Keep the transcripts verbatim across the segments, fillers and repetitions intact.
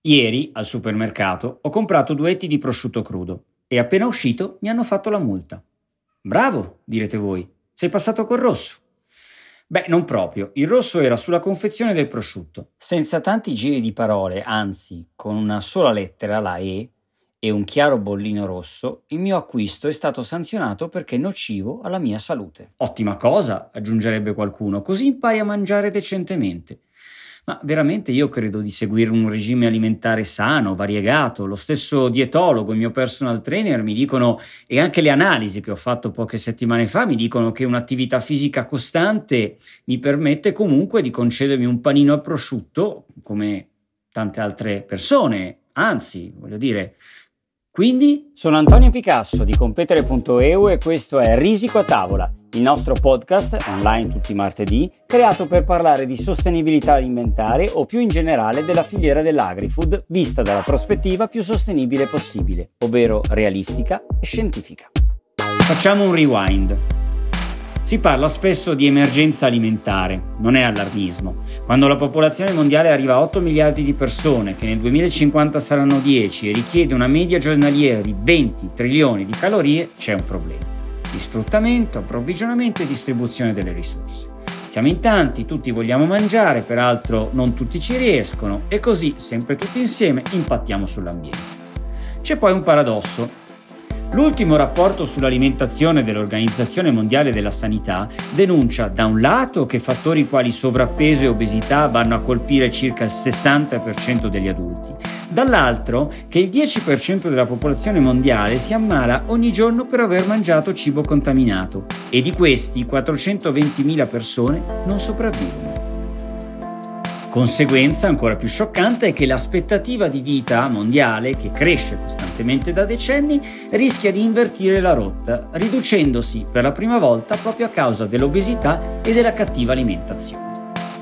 Ieri, al supermercato, ho comprato due etti di prosciutto crudo e appena uscito mi hanno fatto la multa. Bravo, direte voi, sei passato col rosso. Beh, non proprio, il rosso era sulla confezione del prosciutto. Senza tanti giri di parole, anzi, con una sola lettera, la E, e un chiaro bollino rosso, il mio acquisto è stato sanzionato perché è nocivo alla mia salute. Ottima cosa, aggiungerebbe qualcuno, così impari a mangiare decentemente. Ma veramente io credo di seguire un regime alimentare sano, variegato. Lo stesso dietologo, il mio personal trainer mi dicono, e anche le analisi che ho fatto poche settimane fa mi dicono che un'attività fisica costante mi permette comunque di concedermi un panino al prosciutto come tante altre persone. Anzi, voglio dire, quindi sono Antonio Picasso di competere punto e u e questo è Risico a tavola, il nostro podcast online tutti i martedì, creato per parlare di sostenibilità alimentare o più in generale della filiera dell'agri-food vista dalla prospettiva più sostenibile possibile, ovvero realistica e scientifica. Facciamo un rewind. Si parla spesso di emergenza alimentare, non è allarmismo. Quando la popolazione mondiale arriva a otto miliardi di persone, che nel duemilacinquanta saranno dieci e richiede una media giornaliera di venti trilioni di calorie, c'è un problema. Di sfruttamento, approvvigionamento e distribuzione delle risorse. Siamo in tanti, tutti vogliamo mangiare, peraltro non tutti ci riescono e così, sempre tutti insieme, impattiamo sull'ambiente. C'è poi un paradosso. L'ultimo rapporto sull'alimentazione dell'Organizzazione Mondiale della Sanità denuncia da un lato che fattori quali sovrappeso e obesità vanno a colpire circa il sessanta per cento degli adulti, dall'altro che il dieci per cento della popolazione mondiale si ammala ogni giorno per aver mangiato cibo contaminato e di questi quattrocentoventimila persone non sopravvivono. Conseguenza ancora più scioccante è che l'aspettativa di vita mondiale, che cresce costantemente da decenni, rischia di invertire la rotta, riducendosi per la prima volta proprio a causa dell'obesità e della cattiva alimentazione.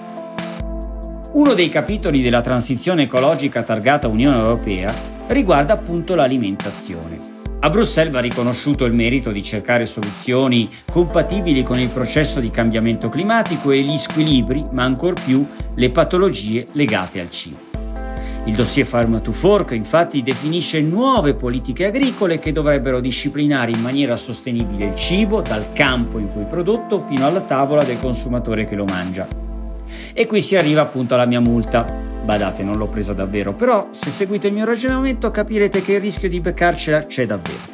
Uno dei capitoli della transizione ecologica targata Unione Europea riguarda appunto l'alimentazione. A Bruxelles va riconosciuto il merito di cercare soluzioni compatibili con il processo di cambiamento climatico e gli squilibri, ma ancor più le patologie legate al cibo. Il dossier Farm to Fork infatti definisce nuove politiche agricole che dovrebbero disciplinare in maniera sostenibile il cibo dal campo in cui prodotto fino alla tavola del consumatore che lo mangia. E qui si arriva appunto alla mia multa. Badate, non l'ho presa davvero, però se seguite il mio ragionamento capirete che il rischio di beccarcela c'è davvero.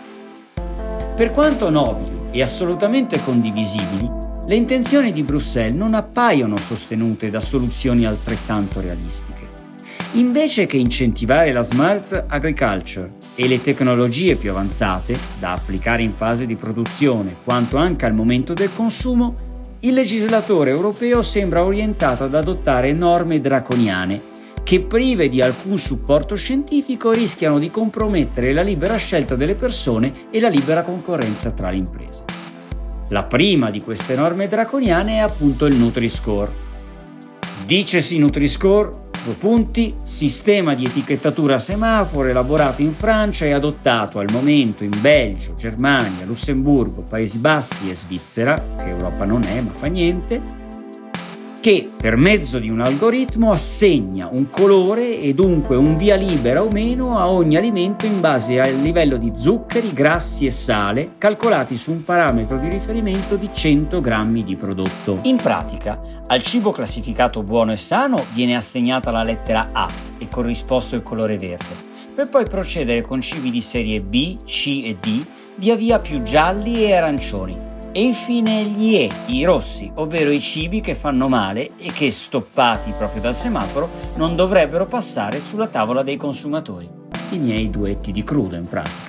Per quanto nobili e assolutamente condivisibili, le intenzioni di Bruxelles non appaiono sostenute da soluzioni altrettanto realistiche. Invece che incentivare la smart agriculture e le tecnologie più avanzate, da applicare in fase di produzione quanto anche al momento del consumo, il legislatore europeo sembra orientato ad adottare norme draconiane che, prive di alcun supporto scientifico, rischiano di compromettere la libera scelta delle persone e la libera concorrenza tra le imprese. La prima di queste norme draconiane è appunto il Nutri-Score. Dicesi Nutri-Score, due punti, sistema di etichettatura a semaforo elaborato in Francia e adottato al momento in Belgio, Germania, Lussemburgo, Paesi Bassi e Svizzera, che Europa non è ma fa niente, che per mezzo di un algoritmo assegna un colore e dunque un via libera o meno a ogni alimento in base al livello di zuccheri, grassi e sale calcolati su un parametro di riferimento di cento grammi di prodotto. In pratica, al cibo classificato buono e sano viene assegnata la lettera A e corrisposto il colore verde, per poi procedere con cibi di serie B, C e D via via più gialli e arancioni. E infine gli E, i rossi, ovvero i cibi che fanno male e che, stoppati proprio dal semaforo, non dovrebbero passare sulla tavola dei consumatori. I miei duetti di crudo, in pratica.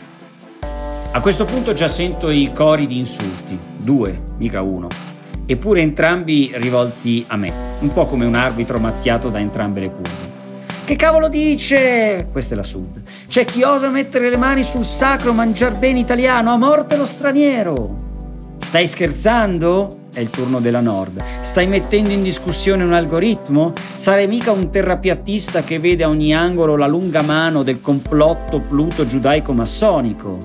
A questo punto già sento i cori di insulti, due, mica uno, eppure entrambi rivolti a me, un po' come un arbitro mazziato da entrambe le curve. Che cavolo dice? Questa è la Sud. C'è chi osa mettere le mani sul sacro mangiar bene italiano, a morte lo straniero! Stai scherzando? È il turno della Nord. Stai mettendo in discussione un algoritmo? Sarai mica un terrapiattista che vede a ogni angolo la lunga mano del complotto pluto giudaico-massonico?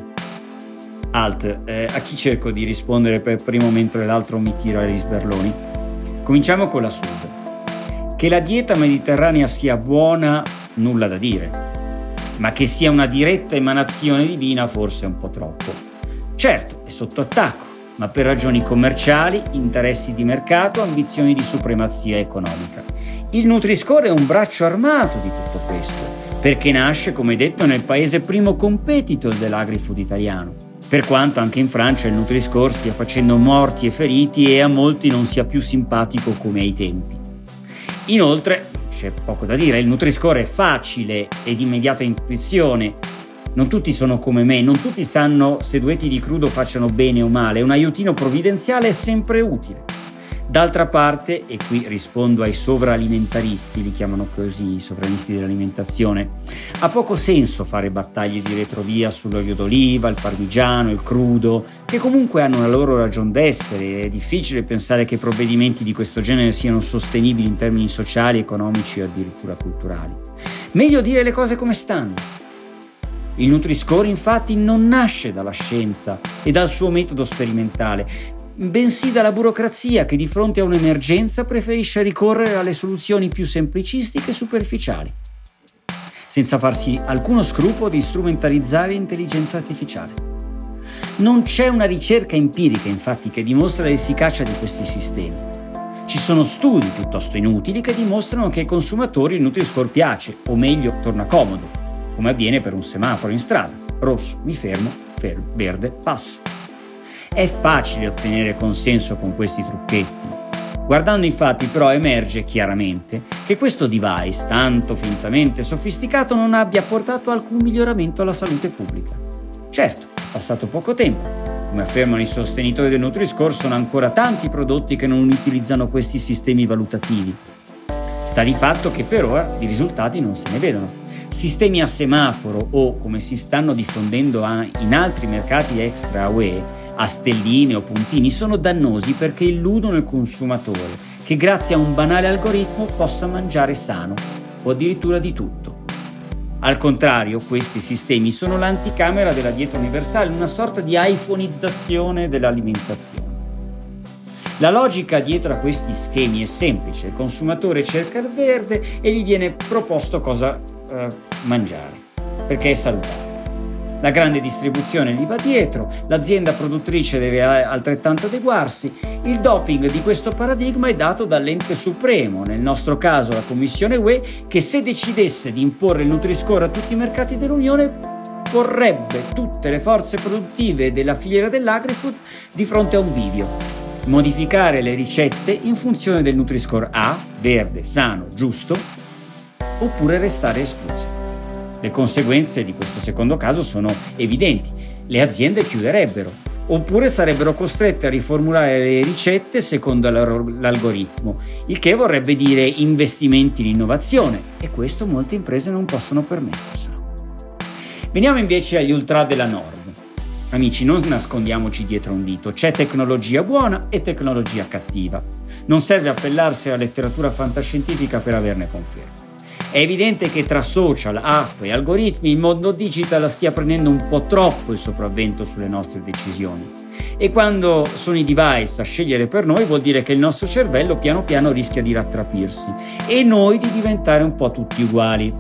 Alt, eh, a chi cerco di rispondere per primo mentre l'altro mi tira gli sberloni? Cominciamo con la Sud. Che la dieta mediterranea sia buona nulla da dire. Ma che sia una diretta emanazione divina forse è un po' troppo. Certo, è sotto attacco, ma per ragioni commerciali, interessi di mercato, ambizioni di supremazia economica. Il Nutri-Score è un braccio armato di tutto questo, perché nasce, come detto, nel paese primo competitor dell'agri-food italiano. Per quanto anche in Francia il Nutri-Score stia facendo morti e feriti e a molti non sia più simpatico come ai tempi. Inoltre, c'è poco da dire, il Nutri-Score è facile e di immediata intuizione. Non tutti sono come me, non tutti sanno se due etti di crudo facciano bene o male, un aiutino provvidenziale è sempre utile. D'altra parte, e qui rispondo ai sovralimentaristi, li chiamano così i sovranisti dell'alimentazione, ha poco senso fare battaglie di retrovia sull'olio d'oliva, il parmigiano, il crudo, che comunque hanno la loro ragion d'essere. È difficile pensare che provvedimenti di questo genere siano sostenibili in termini sociali, economici o addirittura culturali. Meglio dire le cose come stanno. Il Nutri-Score infatti non nasce dalla scienza e dal suo metodo sperimentale, bensì dalla burocrazia che di fronte a un'emergenza preferisce ricorrere alle soluzioni più semplicistiche e superficiali, senza farsi alcuno scrupolo di strumentalizzare l'intelligenza artificiale. Non c'è una ricerca empirica, infatti, che dimostra l'efficacia di questi sistemi. Ci sono studi piuttosto inutili che dimostrano che ai consumatori il Nutri-Score piace, o meglio, torna comodo, come avviene per un semaforo in strada. Rosso, mi fermo, fermo, verde, passo. È facile ottenere consenso con questi trucchetti. Guardando infatti però emerge chiaramente che questo device, tanto fintamente sofisticato, non abbia portato alcun miglioramento alla salute pubblica. Certo, è passato poco tempo. Come affermano i sostenitori del Nutri-Score, sono ancora tanti prodotti che non utilizzano questi sistemi valutativi. Sta di fatto che per ora di risultati non se ne vedono. Sistemi a semaforo o, come si stanno diffondendo in altri mercati extra U E, a stelline o puntini, sono dannosi perché illudono il consumatore che grazie a un banale algoritmo possa mangiare sano o addirittura di tutto. Al contrario, questi sistemi sono l'anticamera della dieta universale, una sorta di iPhoneizzazione dell'alimentazione. La logica dietro a questi schemi è semplice: il consumatore cerca il verde e gli viene proposto cosa eh, mangiare, perché è salutare. La grande distribuzione gli va dietro, l'azienda produttrice deve altrettanto adeguarsi. Il doping di questo paradigma è dato dall'ente supremo, nel nostro caso la Commissione U E, che se decidesse di imporre il Nutri-Score a tutti i mercati dell'Unione porrebbe tutte le forze produttive della filiera dell'agri-food di fronte a un bivio: modificare le ricette in funzione del Nutri-Score A, verde, sano, giusto, oppure restare escluse. Le conseguenze di questo secondo caso sono evidenti: le aziende chiuderebbero, oppure sarebbero costrette a riformulare le ricette secondo l'algoritmo, il che vorrebbe dire investimenti in innovazione, e questo molte imprese non possono permetterselo. Veniamo invece agli ultra della norma. Amici, non nascondiamoci dietro un dito: c'è tecnologia buona e tecnologia cattiva. Non serve appellarsi alla letteratura fantascientifica per averne conferma. È evidente che tra social, app e algoritmi il mondo digital stia prendendo un po' troppo il sopravvento sulle nostre decisioni. E quando sono i device a scegliere per noi, vuol dire che il nostro cervello piano piano rischia di rattrapirsi e noi di diventare un po' tutti uguali,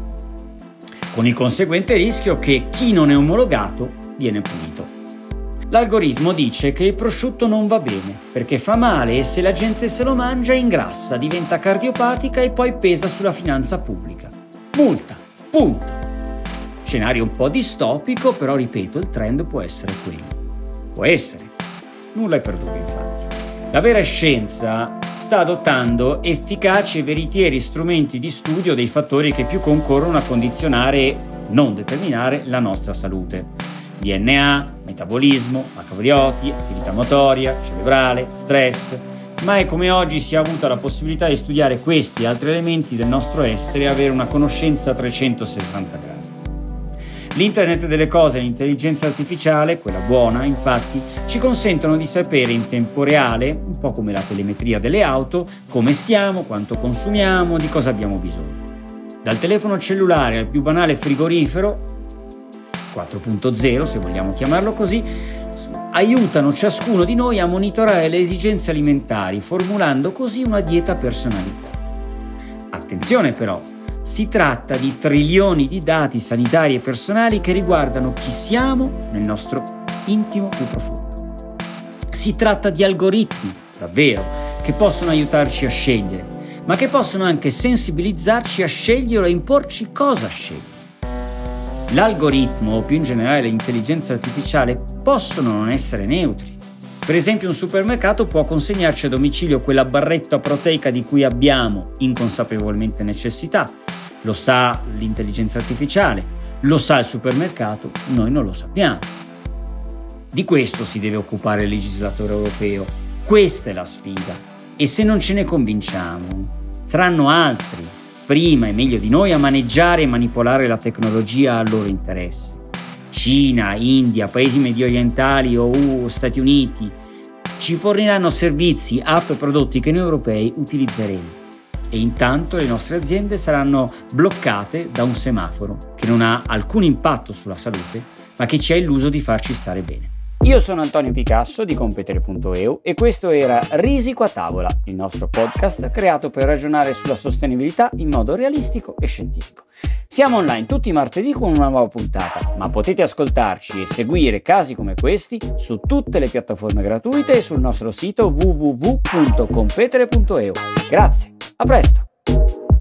con il conseguente rischio che chi non è omologato viene punito. L'algoritmo dice che il prosciutto non va bene perché fa male e se la gente se lo mangia ingrassa, diventa cardiopatica e poi pesa sulla finanza pubblica. Multa, punto. Scenario un po' distopico, però ripeto, il trend può essere quello. Può essere. Nulla è perduto, infatti. La vera scienza sta adottando efficaci e veritieri strumenti di studio dei fattori che più concorrono a condizionare e non determinare la nostra salute. D N A, metabolismo, macrobioti, attività motoria, cerebrale, stress. Mai come oggi si è avuta la possibilità di studiare questi e altri elementi del nostro essere e avere una conoscenza a trecentosessanta gradi. L'internet delle cose e l'intelligenza artificiale, quella buona, infatti, ci consentono di sapere in tempo reale, un po' come la telemetria delle auto, come stiamo, quanto consumiamo, di cosa abbiamo bisogno. Dal telefono cellulare al più banale frigorifero, quattro punto zero se vogliamo chiamarlo così, aiutano ciascuno di noi a monitorare le esigenze alimentari, formulando così una dieta personalizzata. Attenzione però, Si tratta di trilioni di dati sanitari e personali che riguardano chi siamo nel nostro intimo più profondo. Si tratta di algoritmi, davvero, che possono aiutarci a scegliere, ma che possono anche sensibilizzarci a scegliere e imporci cosa scegliere. L'algoritmo, o più in generale l'intelligenza artificiale, possono non essere neutri. Per esempio, un supermercato può consegnarci a domicilio quella barretta proteica di cui abbiamo inconsapevolmente necessità. Lo sa l'intelligenza artificiale, lo sa il supermercato, noi non lo sappiamo. Di questo si deve occupare il legislatore europeo. Questa è la sfida. E se non ce ne convinciamo, saranno altri, prima e meglio di noi, a maneggiare e manipolare la tecnologia a loro interesse. Cina, India, paesi mediorientali o uh, Stati Uniti ci forniranno servizi, app e prodotti che noi europei utilizzeremo. E intanto le nostre aziende saranno bloccate da un semaforo che non ha alcun impatto sulla salute, ma che ci ha illuso di farci stare bene. Io sono Antonio Picasso di Competere punto e u e questo era Risico a tavola, il nostro podcast creato per ragionare sulla sostenibilità in modo realistico e scientifico. Siamo online tutti i martedì con una nuova puntata, ma potete ascoltarci e seguire casi come questi su tutte le piattaforme gratuite e sul nostro sito w w w punto competere punto e u. Grazie, a presto!